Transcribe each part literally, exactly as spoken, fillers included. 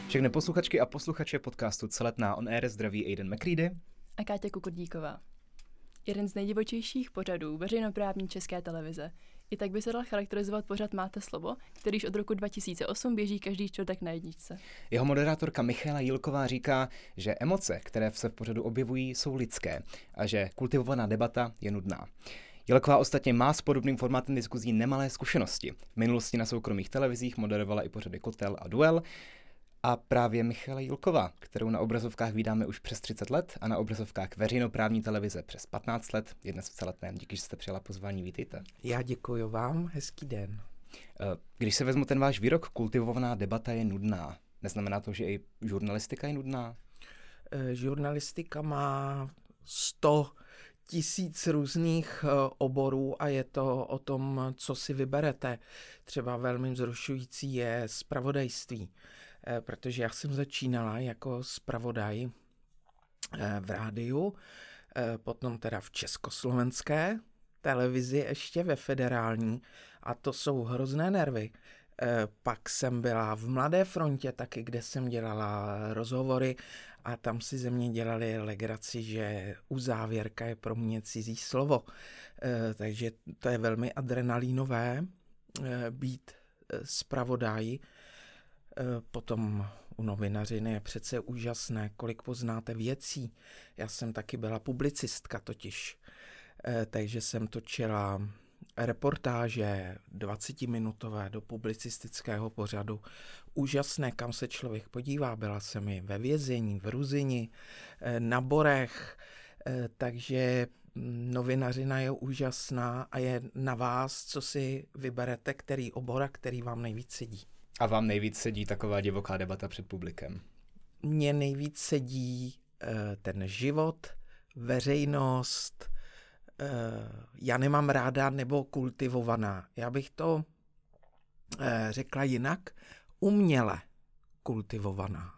Všechny posluchačky a posluchače podcastu Celetná on air zdraví Aiden McCready a Káťa Kukurdíková. Jeden z nejdivočejších pořadů veřejnoprávní České televize. I tak by se dal charakterizovat pořad Máte slovo, kterýž od roku dva tisíce osm běží každý čtvrtek na jedničce. Jeho moderátorka Michaela Jílková říká, že emoce, které se v pořadu objevují, jsou lidské a že kultivovaná debata je nudná. Jílková ostatně má s podobným formátem diskuzí nemalé zkušenosti. V minulosti na soukromých televizích moderovala i pořady Kotel a Duel. A právě Michaela Jílková, kterou na obrazovkách vídáme už přes třicet let a na obrazovkách veřejnoprávní televize přes patnáct let, je dnes v Celetném. Díky, že jste přijala pozvání, vítejte. Já děkuji vám, hezký den. Když se vezmu ten váš výrok, kultivovaná debata je nudná, neznamená to, že i žurnalistika je nudná? Žurnalistika má sto tisíc různých oborů a je to o tom, co si vyberete. Třeba velmi vzrušující je zpravodajství, protože já jsem začínala jako zpravodaj v rádiu, potom teda v československé televizi, ještě ve federální, a to jsou hrozné nervy. Pak jsem byla v Mladé frontě taky, kde jsem dělala rozhovory a tam si ze mě dělali legraci, že uzávěrka je pro mě cizí slovo. Takže to je velmi adrenalínové být zpravodaj. Potom u novinařiny je přece úžasné, kolik poznáte věcí. Já jsem taky byla publicistka totiž, takže jsem točila reportáže dvacetiminutové do publicistického pořadu. Úžasné, kam se člověk podívá. Byla jsem i ve vězení, v Ruzini, na Borech, takže novinařina je úžasná a je na vás, co si vyberete, který obor a který vám nejvíc sedí. A vám nejvíc sedí taková divoká debata před publikem? Mně nejvíc sedí ten život, veřejnost. Já nemám ráda nebo kultivovaná. Já bych to řekla jinak, uměle kultivovaná.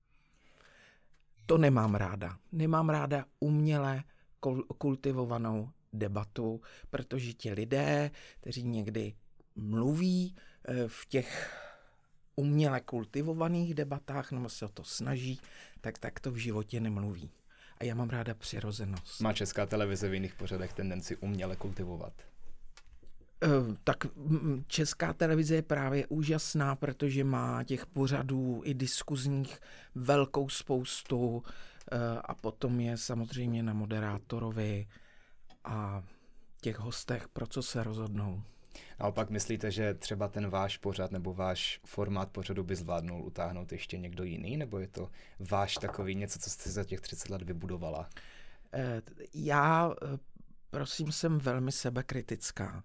To nemám ráda. Nemám ráda uměle kultivovanou debatu, protože ti lidé, kteří někdy mluví v těch uměle kultivovaných debatách, nebo se o to snaží, tak tak to v životě nemluví. A já mám ráda přirozenost. Má Česká televize v jiných pořadech tendenci uměle kultivovat? Uh, tak Česká televize je právě úžasná, protože má těch pořadů i diskuzních velkou spoustu uh, a potom je samozřejmě na moderátorovi a těch hostech, pro co se rozhodnou. Naopak myslíte, že třeba ten váš pořad nebo váš formát pořadu by zvládnul utáhnout ještě někdo jiný? Nebo je to váš takový něco, co jste za těch třicet let vybudovala? Já, prosím, jsem velmi sebekritická.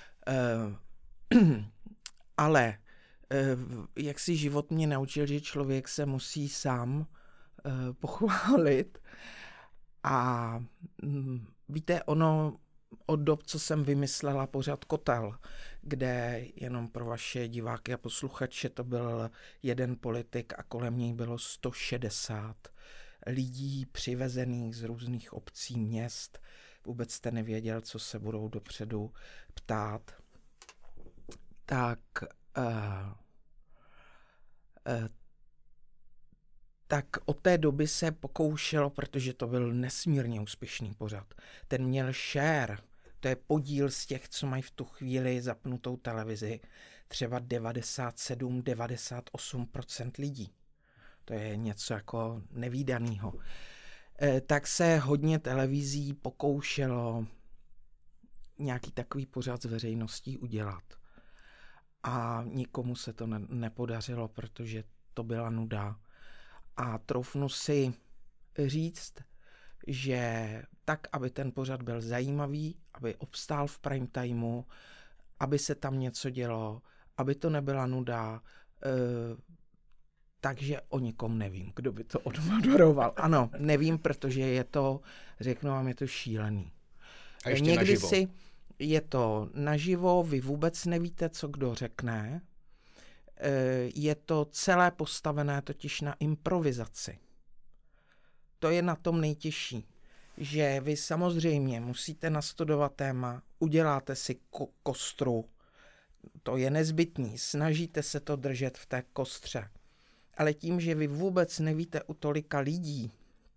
Ale jak si život mě naučil, že člověk se musí sám pochválit. A víte, ono od dob, co jsem vymyslela pořad Kotel, kde jenom pro vaše diváky a posluchače to byl jeden politik a kolem něj bylo sto šedesát lidí přivezených z různých obcí, měst. Vůbec jste nevěděl, co se budou dopředu ptát. Tak, uh, uh, tak od té doby se pokoušelo, protože to byl nesmírně úspěšný pořad. Ten měl share, to je podíl z těch, co mají v tu chvíli zapnutou televizi, třeba devadesát sedm až devadesát osm procent lidí. To je něco jako nevídanýho. E, tak se hodně televizí pokoušelo nějaký takový pořad s veřejností udělat. A nikomu se to ne- nepodařilo, protože to byla nuda. A troufnu si říct, že tak, aby ten pořad byl zajímavý, aby obstál v prime timeu, aby se tam něco dělo, aby to nebyla nuda, e, takže o nikom nevím, kdo by to odmoderoval. Ano, nevím, protože je to, řeknu vám, je to šílený. A ještě Někdy naživo. si je to naživo, vy vůbec nevíte, co kdo řekne. Je to celé postavené totiž na improvizaci. To je na tom nejtěžší, že vy samozřejmě musíte nastudovat téma, uděláte si ko- kostru, to je nezbytný, snažíte se to držet v té kostře, ale tím, že vy vůbec nevíte u tolika lidí,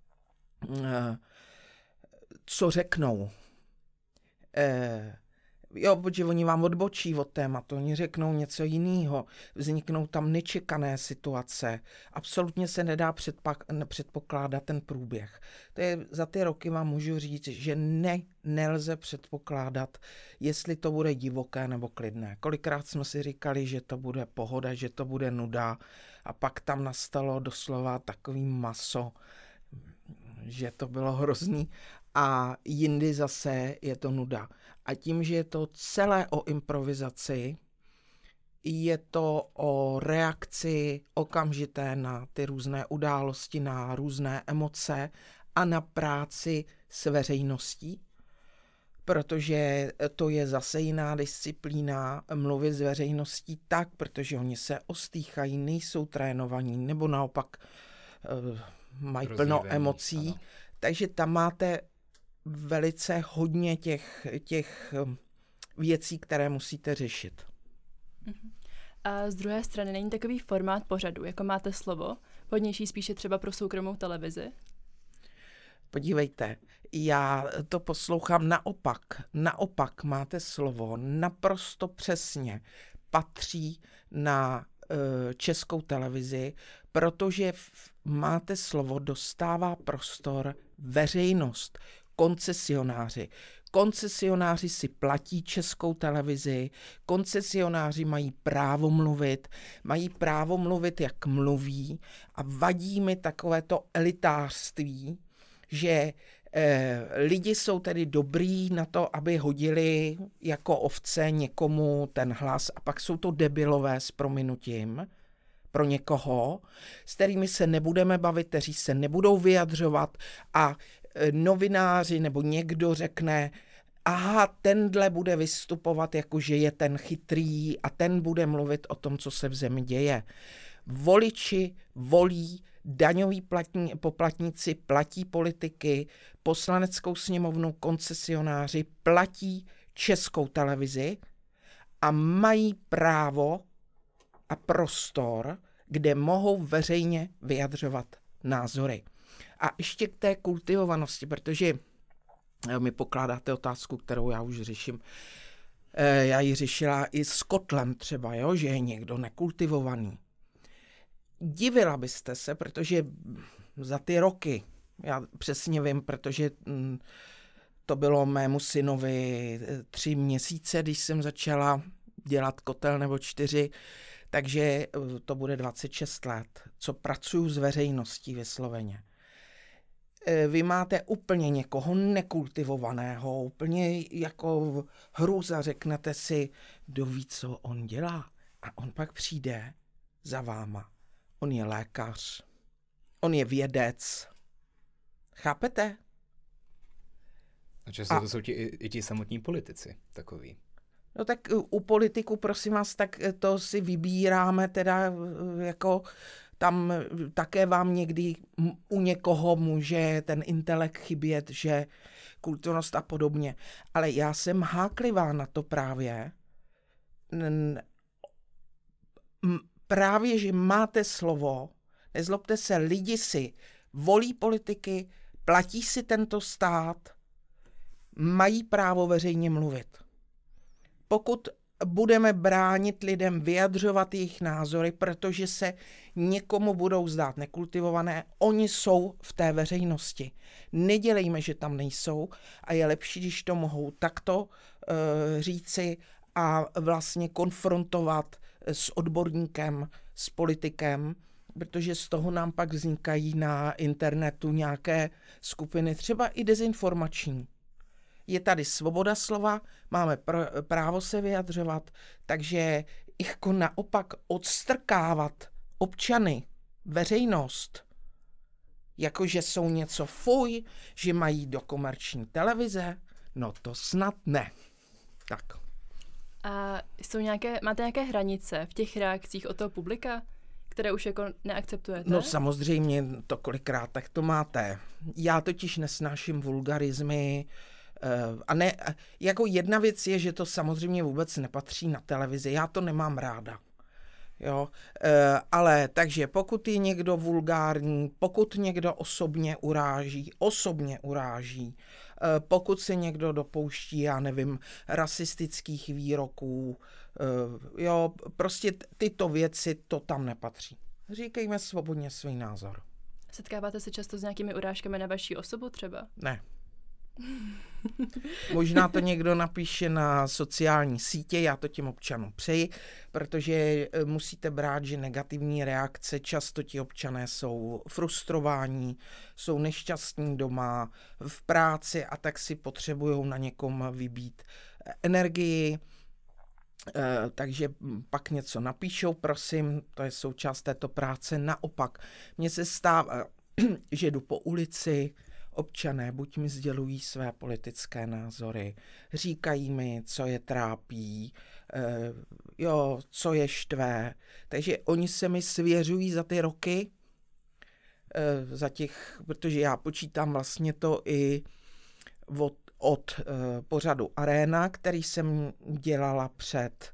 co řeknou, jo, protože oni vám odbočí od tématu, oni řeknou něco jiného, vzniknou tam nečekané situace, absolutně se nedá předpak- předpokládat ten průběh. To je, za ty roky vám můžu říct, že ne, nelze předpokládat, jestli to bude divoké nebo klidné. Kolikrát jsme si říkali, že to bude pohoda, že to bude nuda a pak tam nastalo doslova takový maso, že to bylo hrozný a jindy zase je to nuda. A tím, že je to celé o improvizaci, je to o reakci okamžité na ty různé události, na různé emoce a na práci s veřejností, protože to je zase jiná disciplína mluvit s veřejností tak, protože oni se ostýchají, nejsou trénovaní, nebo naopak uh, mají plno emocí, ano. Takže tam máte velice hodně těch, těch věcí, které musíte řešit. A z druhé strany není takový formát pořadu, jako Máte slovo, vhodnější spíše třeba pro soukromou televizi? Podívejte, já to poslouchám naopak. Naopak Máte slovo naprosto přesně patří na uh, Českou televizi, protože v Máte slovo dostává prostor veřejnost, koncesionáři. Koncesionáři si platí Českou televizi, koncesionáři mají právo mluvit, mají právo mluvit, jak mluví a vadí mi takovéto elitářství, že eh, lidi jsou tedy dobrý na to, aby hodili jako ovce někomu ten hlas a pak jsou to debilové s prominutím pro někoho, s kterými se nebudeme bavit, kteří se nebudou vyjadřovat a novináři nebo někdo řekne, aha, tenhle bude vystupovat jako, že je ten chytrý a ten bude mluvit o tom, co se v zemi děje. Voliči volí, daňoví platní, poplatníci platí politiky, poslaneckou sněmovnu, koncesionáři platí Českou televizi a mají právo a prostor, kde mohou veřejně vyjadřovat názory. A ještě k té kultivovanosti, protože mi pokládáte otázku, kterou já už řeším. Já ji řešila i s kotlem třeba, jo, že je někdo nekultivovaný. Divila byste se, protože za ty roky, já přesně vím, protože to bylo mému synovi tři měsíce, když jsem začala dělat kotel, nebo čtyři, takže to bude dvacet šest let, co pracuju s veřejností vysloveně. Vy máte úplně někoho nekultivovaného, úplně jako hrůza, řeknete si, kdo ví, co on dělá. A on pak přijde za váma. On je lékař, on je vědec. Chápete? A často a... to jsou ti, i, i ti samotní politici takový. No tak u politiků, prosím vás, tak to si vybíráme teda jako... Tam také vám někdy u někoho může ten intelekt chybět, že kulturnost a podobně. Ale já jsem háklivá na to právě. Právě, že Máte slovo, nezlobte se, lidi si volí politiky, platí si tento stát, mají právo veřejně mluvit. Pokud budeme bránit lidem vyjadřovat jejich názory, protože se někomu budou zdát nekultivované, oni jsou v té veřejnosti. Nedělejme, že tam nejsou a je lepší, když to mohou takto uh, říci a vlastně konfrontovat s odborníkem, s politikem, protože z toho nám pak vznikají na internetu nějaké skupiny, třeba i dezinformační. Je tady svoboda slova, máme pr- právo se vyjadřovat, takže jako naopak odstrkávat občany, veřejnost, jakože jsou něco fuj, že mají do komerční televize, no to snad ne. Tak. A jsou nějaké, máte nějaké hranice v těch reakcích od toho publika, které už jako neakceptujete? No samozřejmě to kolikrát, tak to máte. Já totiž nesnáším vulgarizmy, a ne, jako jedna věc je, že to samozřejmě vůbec nepatří na televizi. Já to nemám ráda. Jo, e, ale takže pokud je někdo vulgární, pokud někdo osobně uráží, osobně uráží, e, pokud se někdo dopouští, já nevím, rasistických výroků, e, jo, prostě tyto věci, to tam nepatří. Říkejme svobodně svůj názor. Setkáváte se často s nějakými urážkami na vaši osobu třeba? Ne. Možná to někdo napíše na sociální sítě, já to těm občanům přeji, protože musíte brát, že negativní reakce, často ti občané jsou frustrováni, jsou nešťastní doma, v práci a tak si potřebují na někom vybít energii, takže pak něco napíšou, prosím, to je součást této práce. Naopak, mně se stává, že jdu po ulici, občané buď mi sdělují své politické názory, říkají mi, co je trápí, eh, jo, co je štve. Takže oni se mi svěřují za ty roky, eh, za těch, protože já počítám vlastně to i od, od eh, pořadu Arena, který jsem dělala před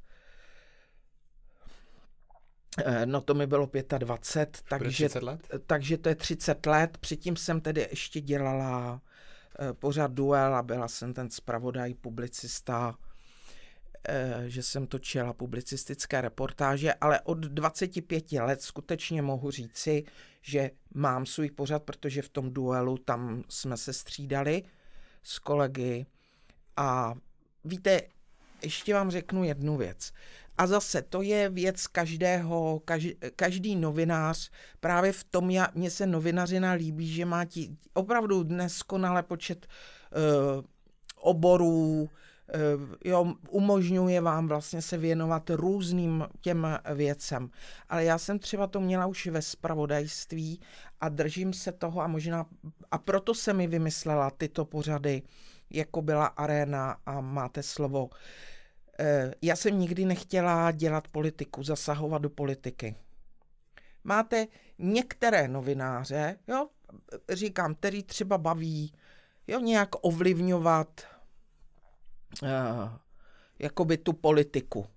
no to mi bylo dvacet pět, takže, takže to je třicet let. Předtím jsem tedy ještě dělala pořad Duel a byla jsem ten zpravodaj, publicista, že jsem točila publicistické reportáže, ale od dvaceti pěti let skutečně mohu říci, že mám svůj pořad, protože v tom Duelu tam jsme se střídali s kolegy a víte, ještě vám řeknu jednu věc. A zase, to je věc každého, každý, každý novinář, právě v tom, já, mně se novinařina líbí, že má ti opravdu neskonale počet uh, oborů, uh, jo, umožňuje vám vlastně se věnovat různým těm věcem. Ale já jsem třeba to měla už ve zpravodajství a držím se toho a možná, a proto se mi vymyslela tyto pořady, jako byla Arena a Máte slovo. Já jsem nikdy nechtěla dělat politiku, zasahovat do politiky. Máte některé novináře, jo, říkám, který třeba baví, jo, nějak ovlivňovat uh, jakoby tu politiku. Uh,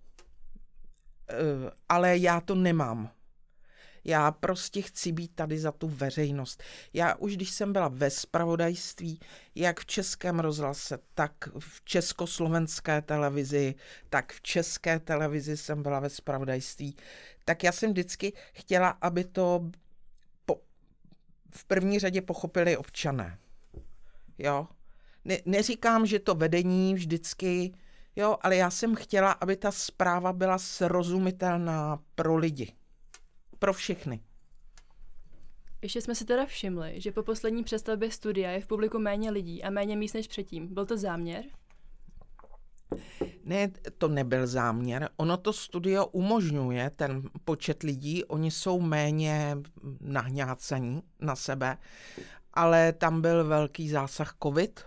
ale já to nemám. Já prostě chci být tady za tu veřejnost. Já už když jsem byla ve zpravodajství, jak v Českém rozhlase, tak v československé televizi, tak v České televizi jsem byla ve zpravodajství, tak já jsem vždycky chtěla, aby to po, v první řadě pochopili občané. Jo? Ne, neříkám, že to vedení vždycky, jo, ale já jsem chtěla, aby ta zpráva byla srozumitelná pro lidi. Pro všechny. Ještě jsme si teda všimli, že po poslední přestavbě studia je v publiku méně lidí a méně míst než předtím. Byl to záměr? Ne, to nebyl záměr. Ono to studio umožňuje ten počet lidí, oni jsou méně nahňácaní na sebe, ale tam byl velký zásah covid,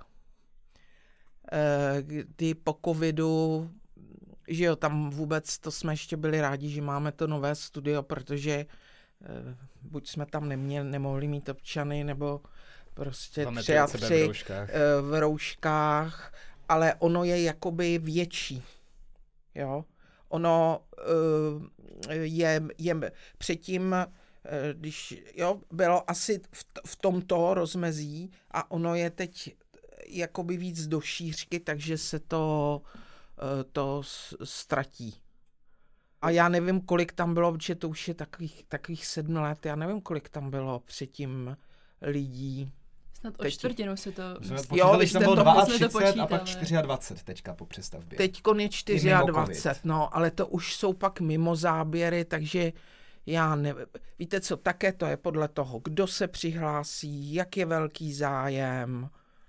kdy po covidu, že jo, tam vůbec to jsme ještě byli rádi, že máme to nové studio, protože eh, buď jsme tam neměli, nemohli mít občany, nebo prostě tři a tři v rouškách. Eh, v rouškách, ale ono je jakoby větší, jo. Ono eh, je, je předtím, eh, když, jo, bylo asi v, v tomto rozmezí a ono je teď jakoby víc do šířky, takže se to to ztratí. A já nevím, kolik tam bylo, protože to už je takových, takových sedm let, já nevím, kolik tam bylo předtím lidí. Snad o čtvrtinu se to... Jo, když tam bylo třicet dva a pak dvacet čtyři teďka po přestavbě. Teďkon je dvacet čtyři, no, ale to už jsou pak mimo záběry, takže já nevím. Víte co, také to je podle toho, kdo se přihlásí, jak je velký zájem.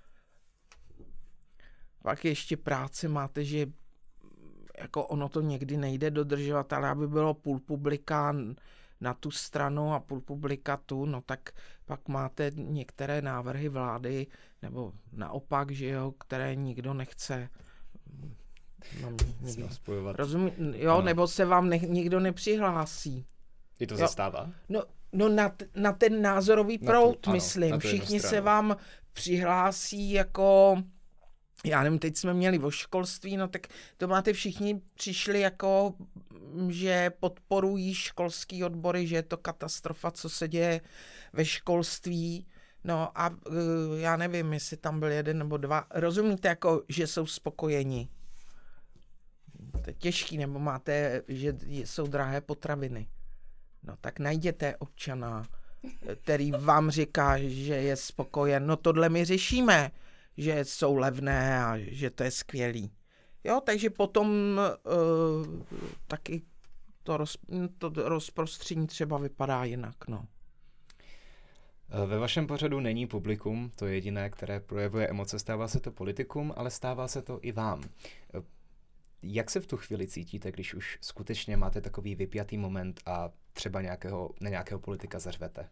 Pak ještě práce máte, že jako ono to někdy nejde dodržovat, ale aby bylo půl publika na tu stranu a půl publika tu, no tak pak máte některé návrhy vlády, nebo naopak, že jo, které nikdo nechce no, nikdo, rozumí, jo, no. Nebo se vám ne, nikdo nepřihlásí. I to jo. zastává? No, no na, na ten názorový proud, na tu, myslím. Ano, Všichni se vám přihlásí jako já nevím, teď jsme měli o školství, no tak to máte všichni přišli jako, že podporují školský odbory, že je to katastrofa, co se děje ve školství. No a já nevím, jestli tam byl jeden nebo dva. Rozumíte, jako, že jsou spokojeni? To je těžký, nebo máte, že jsou drahé potraviny. No tak najděte občana, který vám říká, že je spokojen. No tohle my řešíme, že jsou levné a že to je skvělý. Jo, takže potom uh, taky to, roz, to rozprostření třeba vypadá jinak, no. Ve vašem pořadu není publikum, to je jediné, které projevuje emoce. Stává se to politikum, ale stává se to i vám. Jak se v tu chvíli cítíte, když už skutečně máte takový vypjatý moment a třeba nějakého, na nějakého politika zařvete?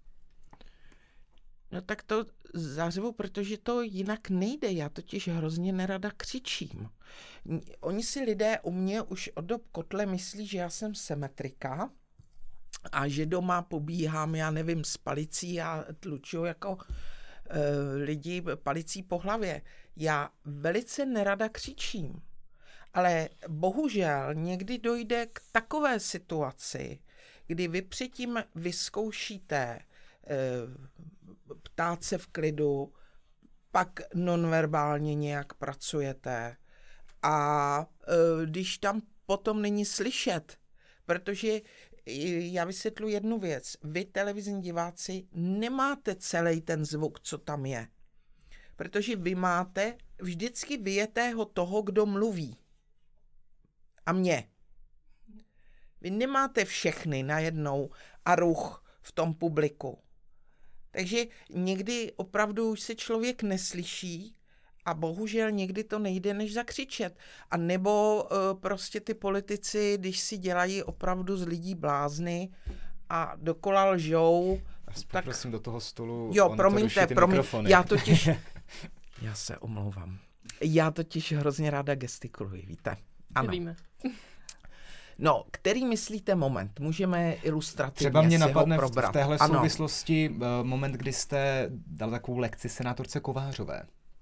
No tak to zařvu, protože to jinak nejde. Já totiž hrozně nerada křičím. Oni si lidé u mě už od dob kotle myslí, že já jsem symetrika a že doma pobíhám, já nevím, s palicí a tluču jako e, lidi palicí po hlavě. Já velice nerada křičím. Ale bohužel někdy dojde k takové situaci, kdy vy předtím vyzkoušíte e, ptát se v klidu, pak nonverbálně nějak pracujete a e, když tam potom není slyšet, protože já vysvětlu jednu věc, vy televizní diváci nemáte celý ten zvuk, co tam je, protože vy máte vždycky vyjetého toho, kdo mluví. A mě. Vy nemáte všechny najednou a ruch v tom publiku. Takže někdy opravdu už se člověk neslyší a bohužel někdy to nejde než zakřičet. A nebo uh, prostě ty politici, když si dělají opravdu z lidí blázny a dokola lžou, tak... Prosím do toho stolu. Jo, promiňte, promiňte, já totiž... já se omlouvám. Já totiž hrozně ráda gestikuluji, víte? Ano. Víme. No, který myslíte moment? Můžeme ilustrativně Třeba mě napadne v, v téhle ano. souvislosti uh, moment, kdy jste dal takovou lekci senátorce Kovářové.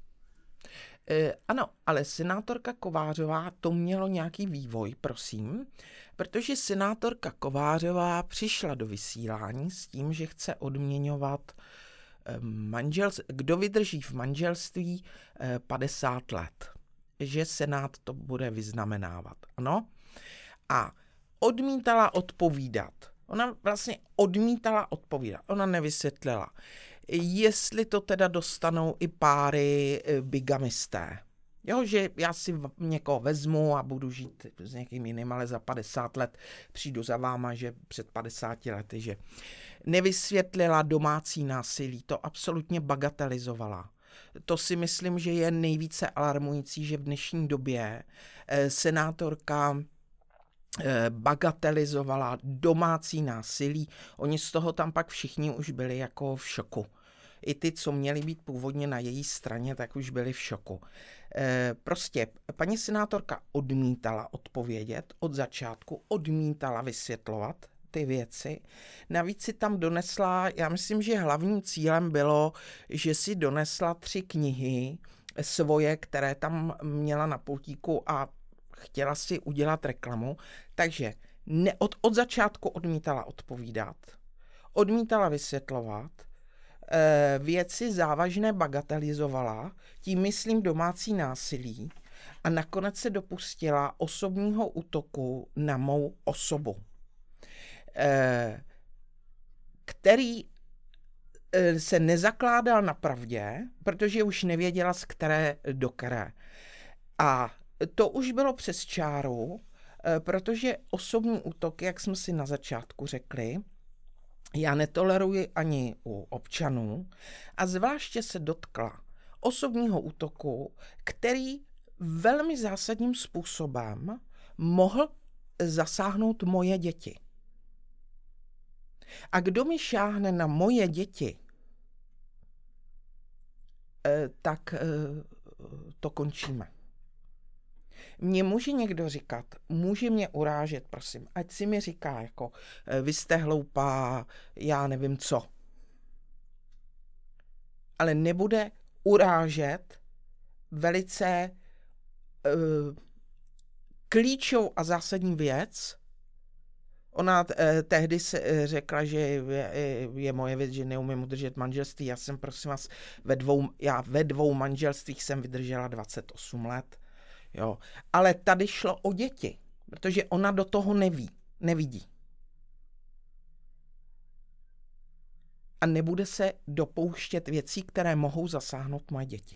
E, ano, ale senátorka Kovářová, to mělo nějaký vývoj, prosím, protože senátorka Kovářová přišla do vysílání s tím, že chce odměňovat e, manželství, kdo vydrží v manželství e, padesát let, že senát to bude vyznamenávat, ano. A odmítala odpovídat. Ona vlastně odmítala odpovídat. Ona nevysvětlila, jestli to teda dostanou i páry bigamisté. Jo, že já si někoho vezmu a budu žít s někým jiným, ale za padesát let přijdu za váma, že před padesáti lety, že nevysvětlila domácí násilí, to absolutně bagatelizovala. To si myslím, že je nejvíce alarmující, že v dnešní době senátorka bagatelizovala domácí násilí. Oni z toho tam pak všichni už byli jako v šoku. I ty, co měli být původně na její straně, tak už byli v šoku. E, prostě paní senátorka odmítala odpovědět od začátku, odmítala vysvětlovat ty věci. Navíc si tam donesla, já myslím, že hlavním cílem bylo, že si donesla tři knihy svoje, které tam měla na pultíku a chtěla si udělat reklamu, takže ne, od, od začátku odmítala odpovídat, odmítala vysvětlovat, e, věci závažné bagatelizovala, tím myslím domácí násilí a nakonec se dopustila osobního útoku na mou osobu, e, který e, se nezakládal na pravdě, protože už nevěděla, z které do které. A to už bylo přes čáru, protože osobní útok, jak jsme si na začátku řekli, já netoleruji ani u občanů a zvláště se dotkla osobního útoku, který velmi zásadním způsobem mohl zasáhnout moje děti. A kdo mi šáhne na moje děti, tak to končíme. Mně může někdo říkat, může mě urážet, prosím, ať si mi říká, jako vy jste hloupá, já nevím co. Ale nebude urážet velice uh, klíčovou a zásadní věc. Ona eh, tehdy se, eh, řekla, že je, je moje věc, že neumím udržet manželství. Já jsem, prosím vás, ve dvou, já ve dvou manželstvích jsem vydržela dvacet osm let. Jo. Ale tady šlo o děti, protože ona do toho neví, nevidí. A nebude se dopouštět věcí, které mohou zasáhnout moje děti.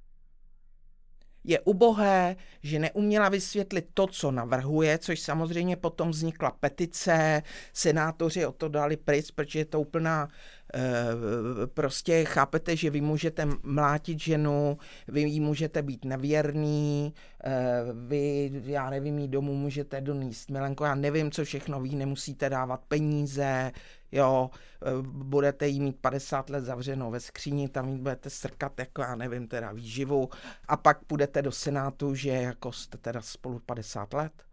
Je ubohé, že neuměla vysvětlit to, co navrhuje, což samozřejmě potom vznikla petice, senátoři o to dali pryč, protože je to úplná, e, prostě chápete, že vy můžete mlátit ženu, vy jí můžete být nevěrný, e, vy, já nevím, jí domů můžete donést milenko, já nevím, co všechno, vy nemusíte dávat peníze, jo, budete jí mít padesát let zavřenou ve skříni, tam jí budete strkat, jako já nevím, teda výživu a pak půjdete do Senátu, že jako jste teda spolu padesát let.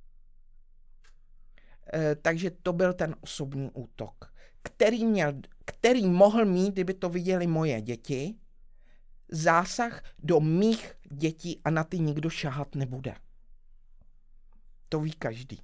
E, takže to byl ten osobní útok, který, měl, který mohl mít, kdyby to viděli moje děti, zásah do mých dětí a na ty nikdo šahat nebude. To ví každý.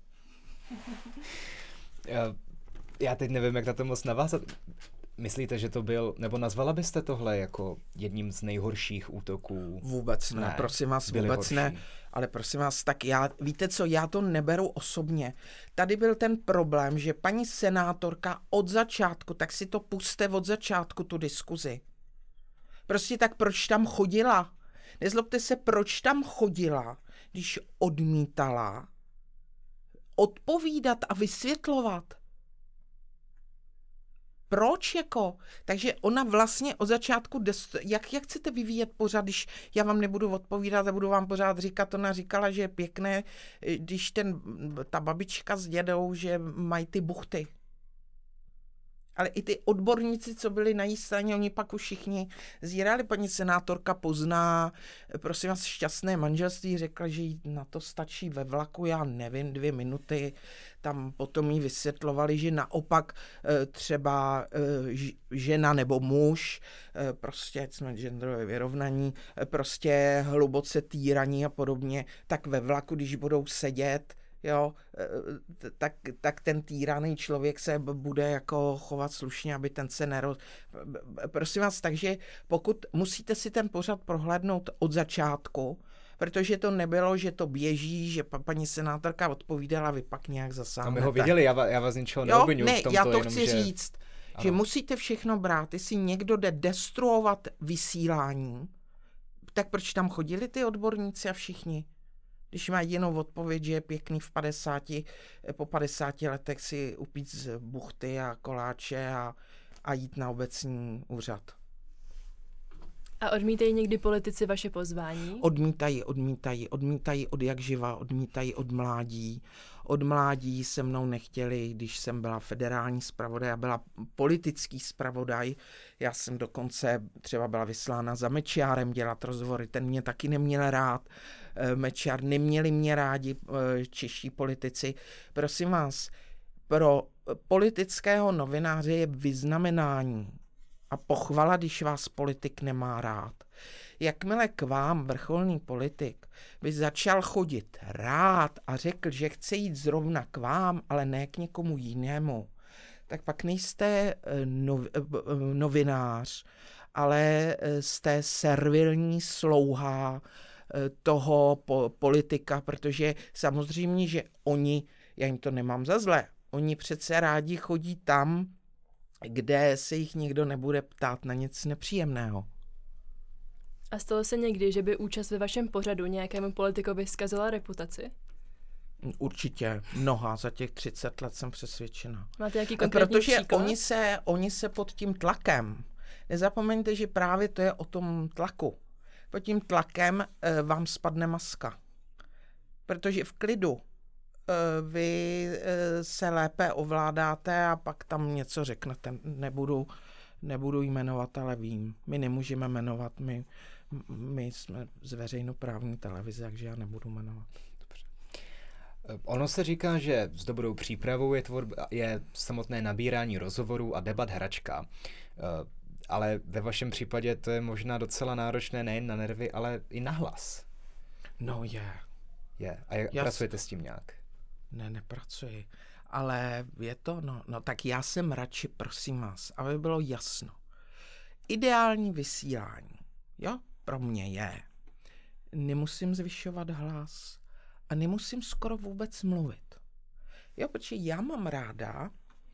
Já teď nevím, jak na to moc navázat. Myslíte, že to byl, nebo nazvala byste tohle jako jedním z nejhorších útoků? Vůbec ne, ne prosím vás, vůbec horší. Ne. Ale prosím vás, tak já, víte co, já to neberu osobně. Tady byl ten problém, že paní senátorka od začátku, tak si to puste od začátku, tu diskuzi. Prostě tak proč tam chodila? Nezlobte se, proč tam chodila, když odmítala odpovídat a vysvětlovat? Proč jako? Takže ona vlastně od začátku, dest- jak, jak chcete vyvíjet pořád, když já vám nebudu odpovídat a budu vám pořád říkat, ona říkala, že je pěkné, když ten, ta babička s dědou, že mají ty buchty. Ale i ty odborníci, co byli na její straně, oni pak už všichni zírali. Paní senátorka pozná, prosím vás, šťastné manželství, řekla, že jí na to stačí ve vlaku, já nevím, dvě minuty. Tam potom jí vysvětlovali, že naopak třeba žena nebo muž, prostě jsme genderové vyrovnaní, prostě hluboce týraní a podobně, tak ve vlaku, když budou sedět, jo, tak, tak ten týraný člověk se bude jako chovat slušně, aby ten se neroz... Prosím vás, takže pokud musíte si ten pořad prohlédnout od začátku, protože to nebylo, že to běží, že pa, paní senátorka odpovídala, vy pak nějak zasáhnete. A my ho viděli, já, já vás ničeho neobvinuju ne, v tomto. Já to jenom, chci že... říct, ano. Že musíte všechno brát, jestli někdo jde destruovat vysílání, tak proč tam chodili ty odborníci a všichni? Když má jinou odpověď, že je pěkný v padesáti, po padesáti letech si upít z buchty a koláče a, a jít na obecní úřad. A odmítají někdy politici vaše pozvání? Odmítají, odmítají, odmítají od jak živa, odmítají od mládí. Od mládí se mnou nechtěli, když jsem byla federální zpravodaj a byla politický zpravodaj. Já jsem dokonce třeba byla vyslána za Mečiárem dělat rozhovory, ten mě taky neměl rád. Mečiar, neměli mě rádi čeští politici. Prosím vás, pro politického novináře je vyznamenání a pochvala, když vás politik nemá rád. Jakmile k vám vrcholný politik by začal chodit rád a řekl, že chce jít zrovna k vám, ale ne k někomu jinému, tak pak nejste nov, novinář, ale jste servilní slouha toho po, politika, protože samozřejmě, že oni, já jim to nemám za zlé, oni přece rádi chodí tam, kde se jich nikdo nebude ptát na nic nepříjemného. A stalo se někdy, že by účast ve vašem pořadu nějakému politikovi zkazila reputaci? Určitě mnoha, za těch třicet let jsem přesvědčena. Máte jaký konkrétní Protože příklad? oni se, oni se pod tím tlakem, nezapomeňte, že právě to je o tom tlaku. Pod tím tlakem e, vám spadne maska. Protože v klidu e, vy e, se lépe ovládáte a pak tam něco řeknete. Nebudu, nebudu jmenovat, ale vím. My nemůžeme jmenovat, my, my jsme z veřejnoprávní televize, takže já nebudu jmenovat. Ono se říká, že s dobrou přípravou je, tvorba, je samotné nabírání rozhovorů a debat hračka. ale ve vašem případě to je možná docela náročné nejen na nervy, ale i na hlas. No je. Je. A jak, pracujete s tím nějak? Ne, nepracuji. Ale je to, no, no tak já jsem radši, prosím vás, aby bylo jasno. Ideální vysílání, jo, pro mě je. Nemusím zvyšovat hlas a nemusím skoro vůbec mluvit. Jo, protože já mám ráda,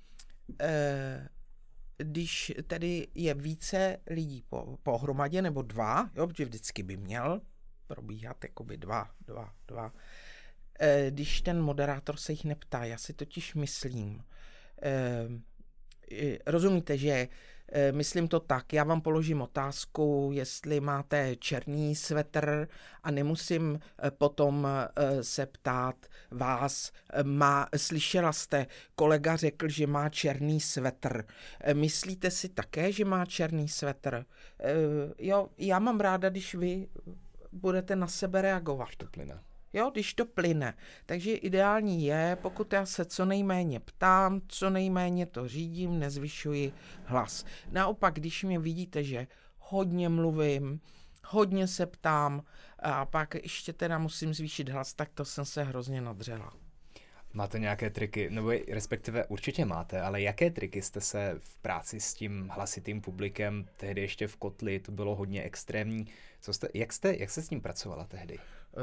eh, když tedy je více lidí po, pohromadě, nebo dva, jo, protože vždycky by měl probíhat jakoby dva, dva, dva, eh, když ten moderátor se jich neptá. Já si totiž myslím, eh, eh, rozumíte, že eh, myslím to tak, já vám položím otázku, jestli máte černý svetr a nemusím eh, potom eh, se ptát vás, eh, má, slyšela jste, kolega řekl, že má černý svetr. Eh, myslíte si také, že má černý svetr? Eh, jo, já mám ráda, když vy budete na sebe reagovat. To plyne. Jo, když to plyne. Takže ideální je, pokud já se co nejméně ptám, co nejméně to řídím, nezvyšuji hlas. Naopak, když mě vidíte, že hodně mluvím, hodně se ptám a pak ještě teda musím zvýšit hlas, tak to jsem se hrozně nadřela. Máte nějaké triky, nebo respektive určitě máte, ale jaké triky jste se v práci s tím hlasitým publikem, tehdy ještě v Kotli, to bylo hodně extrémní, co jste, jak jste, jak jste s tím pracovala tehdy?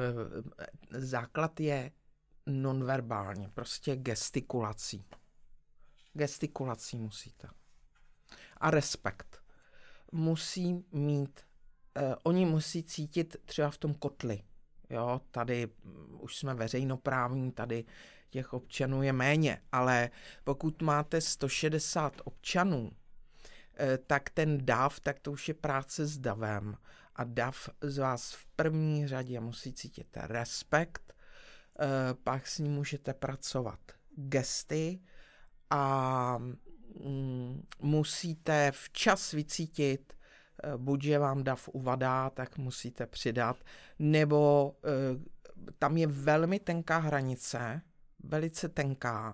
Základ je nonverbálně, prostě gestikulací. Gestikulací musíte. A respekt. Musí mít, eh, oni musí cítit třeba v tom Kotli. Jo, tady už jsme veřejnoprávní, tady těch občanů je méně, ale pokud máte sto šedesát občanů, eh, tak ten dav, tak to už je práce s davem. A dav z vás v první řadě musí cítit respekt, eh, pak s ním můžete pracovat gesty a mm, musíte včas vycítit, eh, buď že vám dav uvadá, tak musíte přidat, nebo eh, tam je velmi tenká hranice, velice tenká,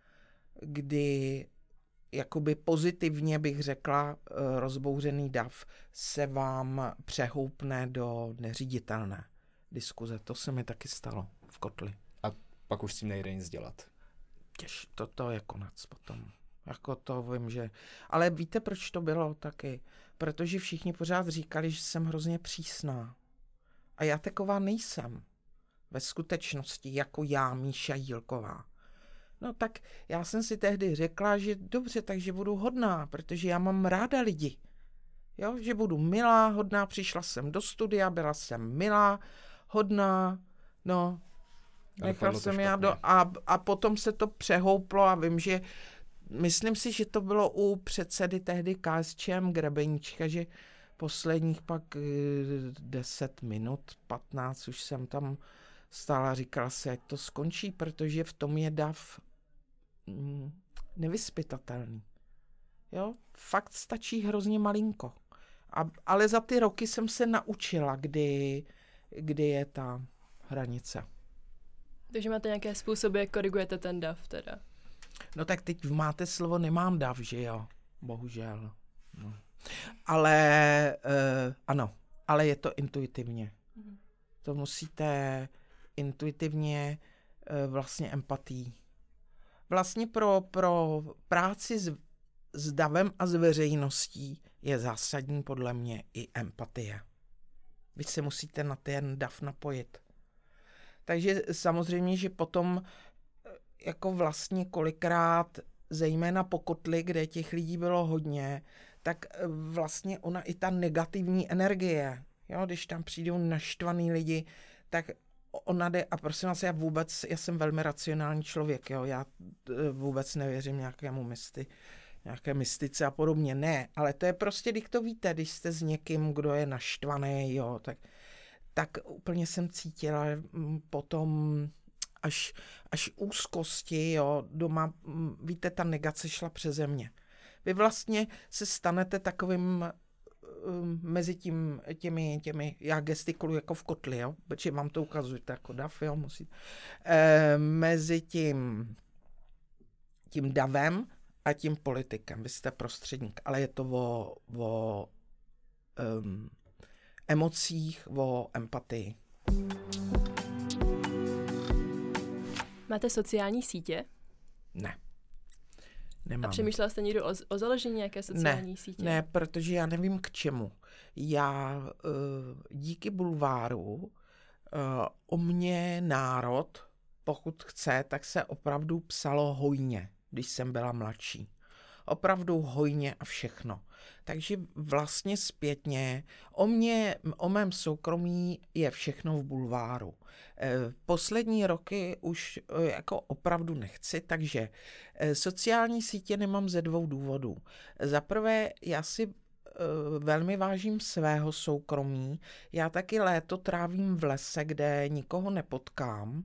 kdy jakoby pozitivně bych řekla, rozbouřený dav se vám přehoupne do neříditelné diskuze. To se mi taky stalo v Kotli. A pak už s tím nejde nic dělat. Těž, to, to je konec potom. Jako to vím, že... Ale víte, proč to bylo taky? Protože všichni pořád říkali, že jsem hrozně přísná. A já taková nejsem. Ve skutečnosti, jako já, Míša Jílková. No tak já jsem si tehdy řekla, že dobře, takže budu hodná, protože já mám ráda lidi. Jo, že budu milá, hodná, přišla jsem do studia, byla jsem milá, hodná, no, nechal jsem já do... A, a potom se to přehouplo a vím, že myslím si, že to bylo u předsedy tehdy K S Č M Grebeníčka, že posledních pak deset minut, patnáct už jsem tam stála, říkala se, ať to skončí, protože v tom je dav mm, nevyzpytatelný. Jo, fakt stačí hrozně malinko. A, ale za ty roky jsem se naučila, kdy, kdy je ta hranice. Takže máte nějaké způsoby, jak korigujete ten dav teda? No tak teď máte slovo nemám dav, že jo? Bohužel. No. Ale uh, ano, ale je to intuitivně. Mhm. To musíte intuitivně uh, vlastně empatii. Vlastně pro, pro práci s, s davem a s veřejností je zásadní podle mě i empatie. Vy se musíte na ten dav napojit. Takže samozřejmě, že potom jako vlastně kolikrát, zejména po Kotli, kde těch lidí bylo hodně, tak vlastně ona i ta negativní energie, jo, když tam přijdou naštvaný lidi, tak ona jde, a prosím vás, já vůbec, já jsem velmi racionální člověk, jo, já vůbec nevěřím nějakému mysty, nějaké mystice a podobně, ne, ale to je prostě, když to víte, když jste s někým, kdo je naštvaný, jo, tak, tak úplně jsem cítila potom až, až úzkosti, jo, doma, víte, ta negace šla přeze mě. Vy vlastně se stanete takovým um, mezi tím, těmi, těmi, já gestikuluji jako v Kotli, jo, protože vám to ukazujete jako dav, jo, musíte, e, mezi tím, tím davem a tím politikem. Vy jste prostředník, ale je to o, o um, emocích, o empatii. Máte sociální sítě? Ne. Nemám. A přemýšlela jste někdo o, o založení nějaké sociální ne, sítě? Ne, protože já nevím k čemu. Já uh, díky bulváru uh, o mě národ, pokud chce, tak se opravdu psalo hojně, když jsem byla mladší. Opravdu hojně a všechno. Takže vlastně zpětně o mě, o mém soukromí je všechno v bulváru. Poslední roky už jako opravdu nechci, takže sociální sítě nemám ze dvou důvodů. Za prvé, já si velmi vážím svého soukromí. Já taky léto trávím v lese, kde nikoho nepotkám.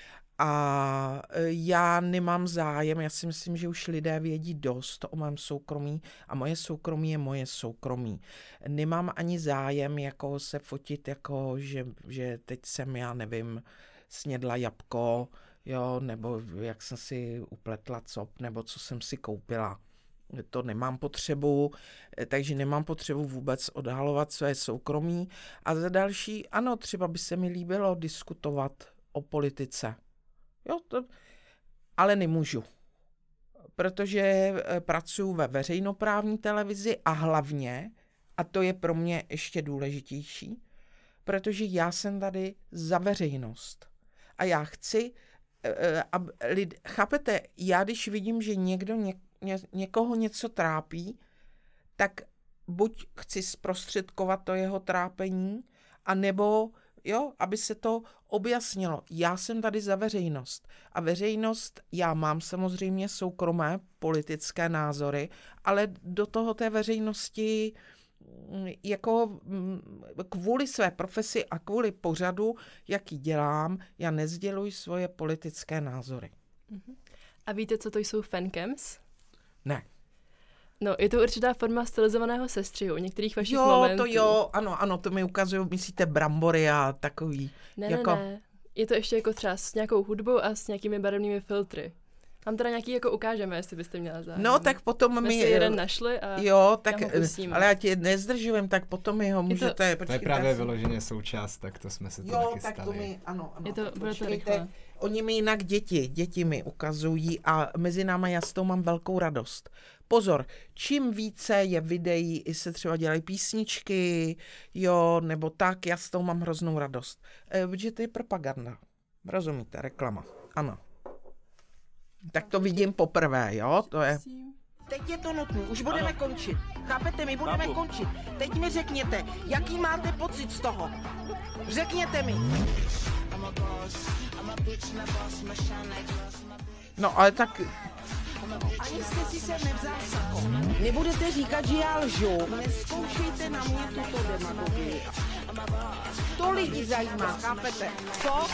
A já nemám zájem, já si myslím, že už lidé vědí dost o mém soukromí a moje soukromí je moje soukromí. Nemám ani zájem jako se fotit, jako že, že teď jsem, já nevím, snědla jabko, jo, nebo jak jsem si upletla cop, nebo co jsem si koupila. To nemám potřebu, takže nemám potřebu vůbec odhalovat své soukromí. A za další, ano, třeba by se mi líbilo diskutovat o politice. Jo, to, ale nemůžu, protože pracuji ve veřejnoprávní televizi a hlavně, a to je pro mě ještě důležitější, protože já jsem tady za veřejnost. A já chci, aby lid, chápete, já když vidím, že někdo ně, ně, někoho něco trápí, tak buď chci zprostředkovat to jeho trápení, anebo jo, aby se to objasnilo. Já jsem tady za veřejnost. A veřejnost, já mám samozřejmě soukromé politické názory, ale do toho té veřejnosti jako kvůli své profesi a kvůli pořadu, jaký dělám, já nezděluji svoje politické názory. A víte, co to jsou fancams? Ne. No, je to určitá forma stylizovaného sestřihu některých vašich jo, momentů. Jo, to jo, ano, ano, to mi ukazují, myslíte brambory a takový. Ne, jako... ne, ne. Je to ještě jako třeba s nějakou hudbou a s nějakými barevnými filtry. Tam teda nějaký jako ukážeme, jestli byste měla zájem. No, tak potom my... my... si jeden našli a jo, tak, já ho pustím. Ale já tě nezdržujem, tak potom mi ho můžete... To, to je právě jsem... vyloženě součást, tak to jsme se to jo, taky tak stali. To mi, ano, ano. Je to, tak bude to rychle. Oni mi jinak děti, děti mi ukazují a mezi náma já s tou mám velkou radost. Pozor, čím více je videí, i se třeba dělají písničky, jo, nebo tak, já s tou mám hroznou radost. E, protože to je propaganda. Rozumíte, reklama. Ano. Tak to vidím poprvé, jo, to je... Teď je to nutné, už budeme končit. Chápete, my budeme Chápu. končit. Teď mi řekněte, jaký máte pocit z toho? Řekněte mi. No, ale tak... Ani jste si se nevzal sako. Nebudete říkat, že já lžu. Neskoušejte na mě tuto demagogii. To lidi zajímá, chápete? Co?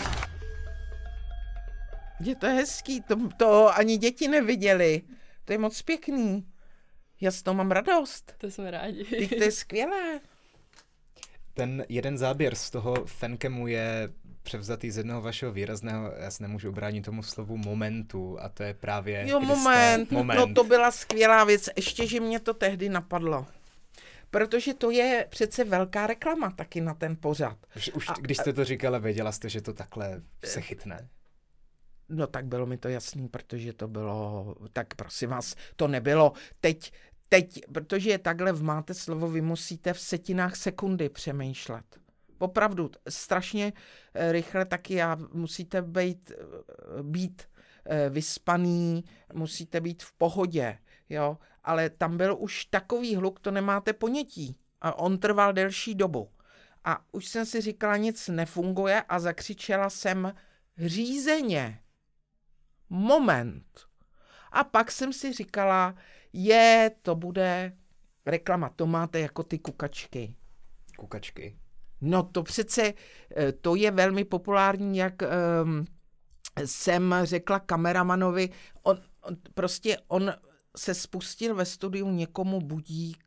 Je to hezký, to, to ani děti neviděli. To je moc pěkný. Já z toho mám radost. To jsme rádi. Teď to je skvělé. Ten jeden záběr z toho fancamu je převzatý z jednoho vašeho výrazného, já se nemůžu ubránit tomu slovu momentu, a to je právě... Jo, moment. Jste, moment. No to byla skvělá věc, ještě, že mě to tehdy napadlo. Protože to je přece velká reklama taky na ten pořad. Už, už a, když jste to říkala, věděla jste, že to takhle se chytne? No tak bylo mi to jasný, protože to bylo, tak prosím vás, to nebylo teď, teď, protože je takhle v máte slovo, vy musíte v setinách sekundy přemýšlet. Opravdu, strašně rychle taky já musíte být, být vyspaný, musíte být v pohodě, jo, ale tam byl už takový hluk, to nemáte ponětí a on trval delší dobu. A už jsem si říkala, nic nefunguje a zakřičela jsem řízeně. Moment. A pak jsem si říkala, je, to bude reklama, to máte jako ty kukačky. Kukačky. No to přece, to je velmi populární, jak um, jsem řekla kameramanovi, on, on, prostě on se spustil ve studiu někomu budík,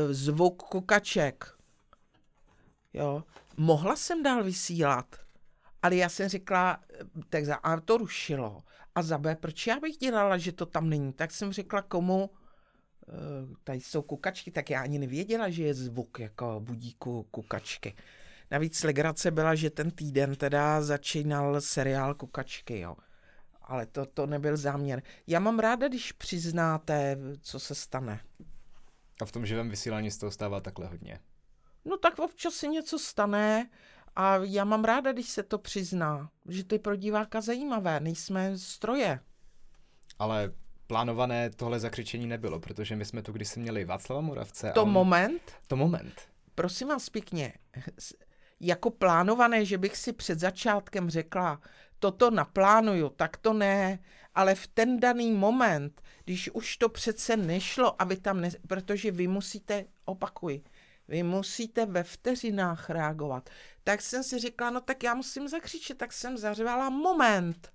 zvuk kukaček. Jo. Mohla jsem dál vysílat, Ale já jsem řekla, tak za A to rušilo. A za B, proč já bych dělala, že to tam není? Tak jsem řekla, komu, tady jsou kukačky, tak já ani nevěděla, že je zvuk jako budíku kukačky. Navíc legrace byla, že ten týden teda začínal seriál Kukačky, jo. Ale to, to nebyl záměr. Já mám ráda, když přiznáte, co se stane. A v tom živém vysílání z toho stává takhle hodně. No tak občas se něco stane a já mám ráda, když se to přizná, že to je pro diváka zajímavé, nejsme stroje. Ale plánované tohle zakřičení nebylo, protože my jsme tu kdysi měli Václava Moravce. To a on... moment? To moment. Prosím vás pěkně, jako plánované, že bych si před začátkem řekla, toto naplánuju, tak to ne, ale v ten daný moment, když už to přece nešlo, aby tam ne... protože vy musíte, opakuj, vy musíte ve vteřinách reagovat. Tak jsem si řekla, no tak já musím zakřičet, tak jsem zařvala moment.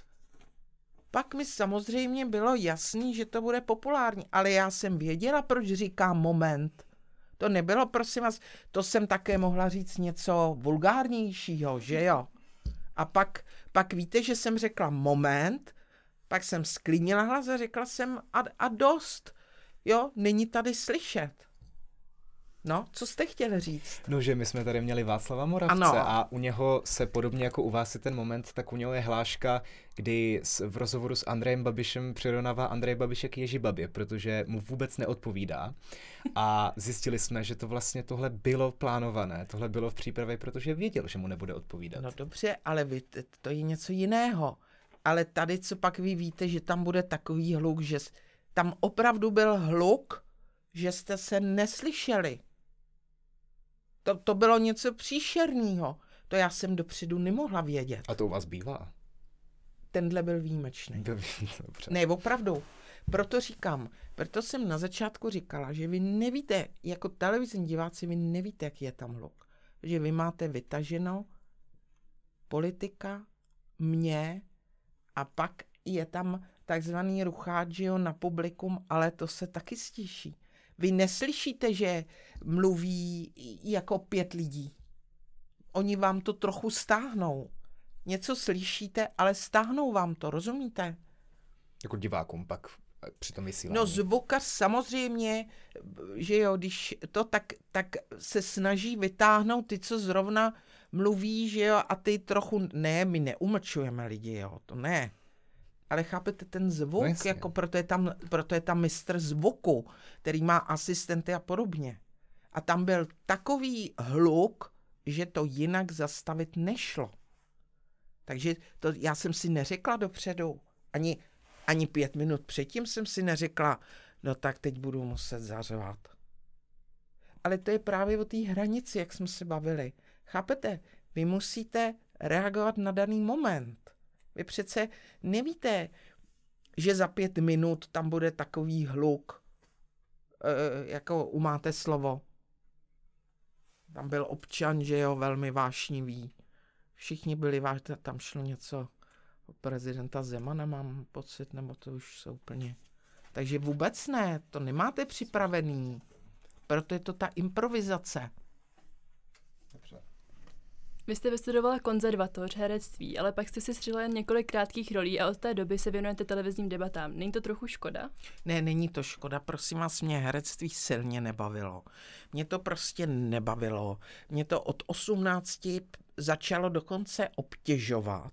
Pak mi samozřejmě bylo jasný, že to bude populární, ale já jsem věděla, proč říkám moment. To nebylo, prosím vás, to jsem také mohla říct něco vulgárnějšího, že jo? A pak, pak víte, že jsem řekla moment, pak jsem sklínila hlas a řekla jsem a, a dost. Jo, není tady slyšet. No, co jste chtěli říct? No, že my jsme tady měli Václava Moravce ano. A u něho se podobně jako u vás je ten moment, tak u něho je hláška, kdy v rozhovoru s Andrejem Babišem přirovnává Andrej Babiše k Ježibabě, protože mu vůbec neodpovídá. A zjistili jsme, že to vlastně tohle bylo plánované, tohle bylo v přípravě, protože věděl, že mu nebude odpovídat. No dobře, ale vy, to je něco jiného. Ale tady, co pak vy víte, že tam bude takový hluk, že tam opravdu byl hluk, že jste se neslyšeli. To, to bylo něco příšerného. To já jsem dopředu nemohla vědět. A to u vás bývá? Tenhle byl výjimečný. Dobře. Ne, opravdu. Proto říkám, proto jsem na začátku říkala, že vy nevíte, jako televizní diváci, vy nevíte, jaký je tam hluk. Že vy máte vytaženo politika, mě a pak je tam takzvaný ruchádžio na publikum, ale to se taky stíší. Vy neslyšíte, že mluví jako pět lidí. Oni vám to trochu stáhnou. Něco slyšíte, ale stáhnou vám to, rozumíte? Jako divákům pak při tom vysílání. No zvukař samozřejmě, že jo, když to tak, tak se snaží vytáhnout ty, co zrovna mluví, že jo, a ty trochu, ne, my neumlčujeme lidi, jo, to ne. Ale chápete ten zvuk, no jako proto je, tam, proto je tam mistr zvuku, který má asistenty a podobně. A tam byl takový hluk, že to jinak zastavit nešlo. Takže to já jsem si neřekla dopředu, ani, ani pět minut předtím jsem si neřekla, no tak teď budu muset zařvat. Ale to je právě o té hranici, jak jsme se bavili. Chápete? Vy musíte reagovat na daný moment. Vy přece nevíte, že za pět minut tam bude takový hluk, e, jako u Máte slovo. Tam byl občan, že jo, velmi vášnivý. Všichni byli vážní, tam šlo něco o prezidenta Zemana, mám pocit, nebo to už jsou úplně... Takže vůbec ne, to nemáte připravený. Proto je to ta improvizace. Dobře. Vy jste vystudovala konzervatoř, herectví, ale pak jste si střihla jen několik krátkých rolí a od té doby se věnujete televizním debatám. Není to trochu škoda? Ne, není to škoda, prosím vás, mě herectví silně nebavilo. Mě to prostě nebavilo. Mě to od osmnácti začalo dokonce obtěžovat.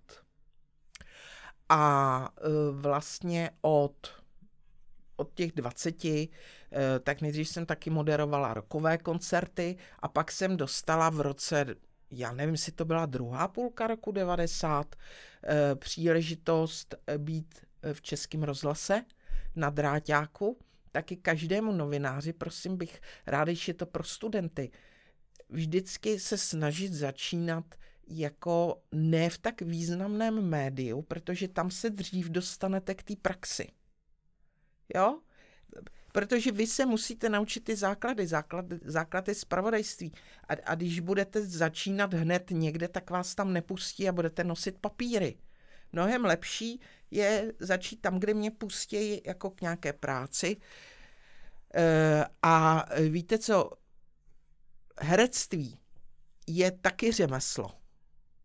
A e, vlastně od, od těch dvaceti, e, tak nejdřív jsem taky moderovala rockové koncerty a pak jsem dostala v roce, já nevím, jestli to byla druhá půlka roku devadesát, e, příležitost být v Českém rozhlase na dráťáku. Taky každému novináři, prosím bych, rád, když je to pro studenty, vždycky se snažit začínat jako ne v tak významném médiu, protože tam se dřív dostanete k té praxi. Jo? Protože vy se musíte naučit ty základy, základy, základy zpravodajství. A, a když budete začínat hned někde, tak vás tam nepustí a budete nosit papíry. Mnohem lepší je začít tam, kde mě pustí jako k nějaké práci. E, a víte co, herectví je taky řemeslo.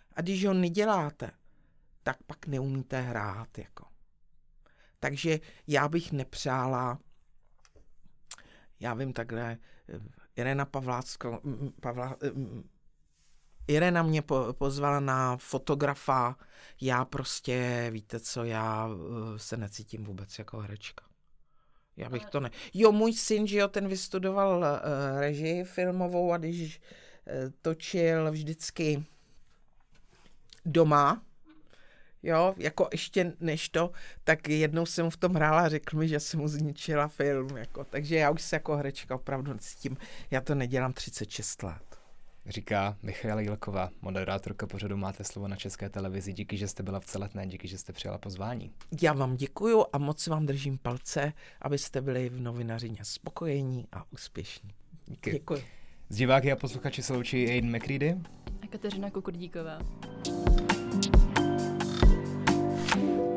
A když ho neděláte, tak pak neumíte hrát. Jako. Takže já bych nepřála, já vím takhle, Irena Pavlácko, Pavla, Irena mě po, pozvala na fotografa, já prostě, víte co, já se necítím vůbec jako herečka. Já bych to ne... Jo, můj syn, že jo, ten vystudoval uh, režii filmovou a když uh, točil vždycky doma, jo, jako ještě než to, tak jednou jsem mu v tom hrála a řekl mi, že jsem mu zničila film, jako, takže já už se jako herečka opravdu necítím, já to nedělám třicet šest let. Říká Michaela Jílková, moderátorka pořadu Máte slovo na České televizi. Díky, že jste byla v Celetné, díky, že jste přijala pozvání. Já vám děkuju a moc vám držím palce, abyste byli v novinařině spokojení a úspěšní. Díky. Děkuji. Z diváky a posluchači se loučí Aiden McCready a Kateřina Kukurdíková.